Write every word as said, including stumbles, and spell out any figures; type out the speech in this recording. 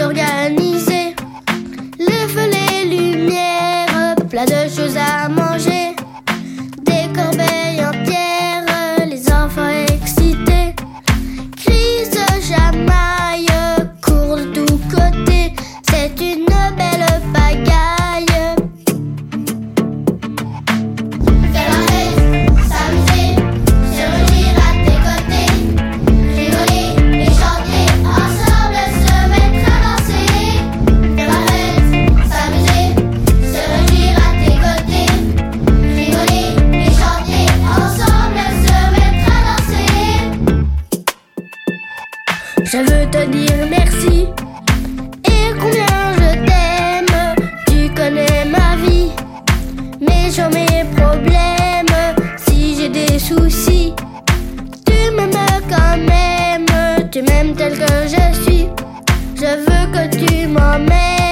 organisé. Le feu, les lumières, plein de choses à manger. Des corbeilles en pierre, les enfants excités. Cris de chamaille, courent de tous côtés. C'est une belle pagaille. Faire la fête, s'amuser, se réunir à tes côtés. Rigoler et chanter, ensemble se mettre à danser. Faire la fête, s'amuser, se réunir à tes côtés. Rigoler et chanter, ensemble se mettre à danser. Je veux te dire merci et combien je t'aime. Tu connais ma vie, mes jours, mes problèmes. Si j'ai des soucis, tu m'aimes quand même. Tu m'aimes tel que je suis. Je veux que tu m'emmènes.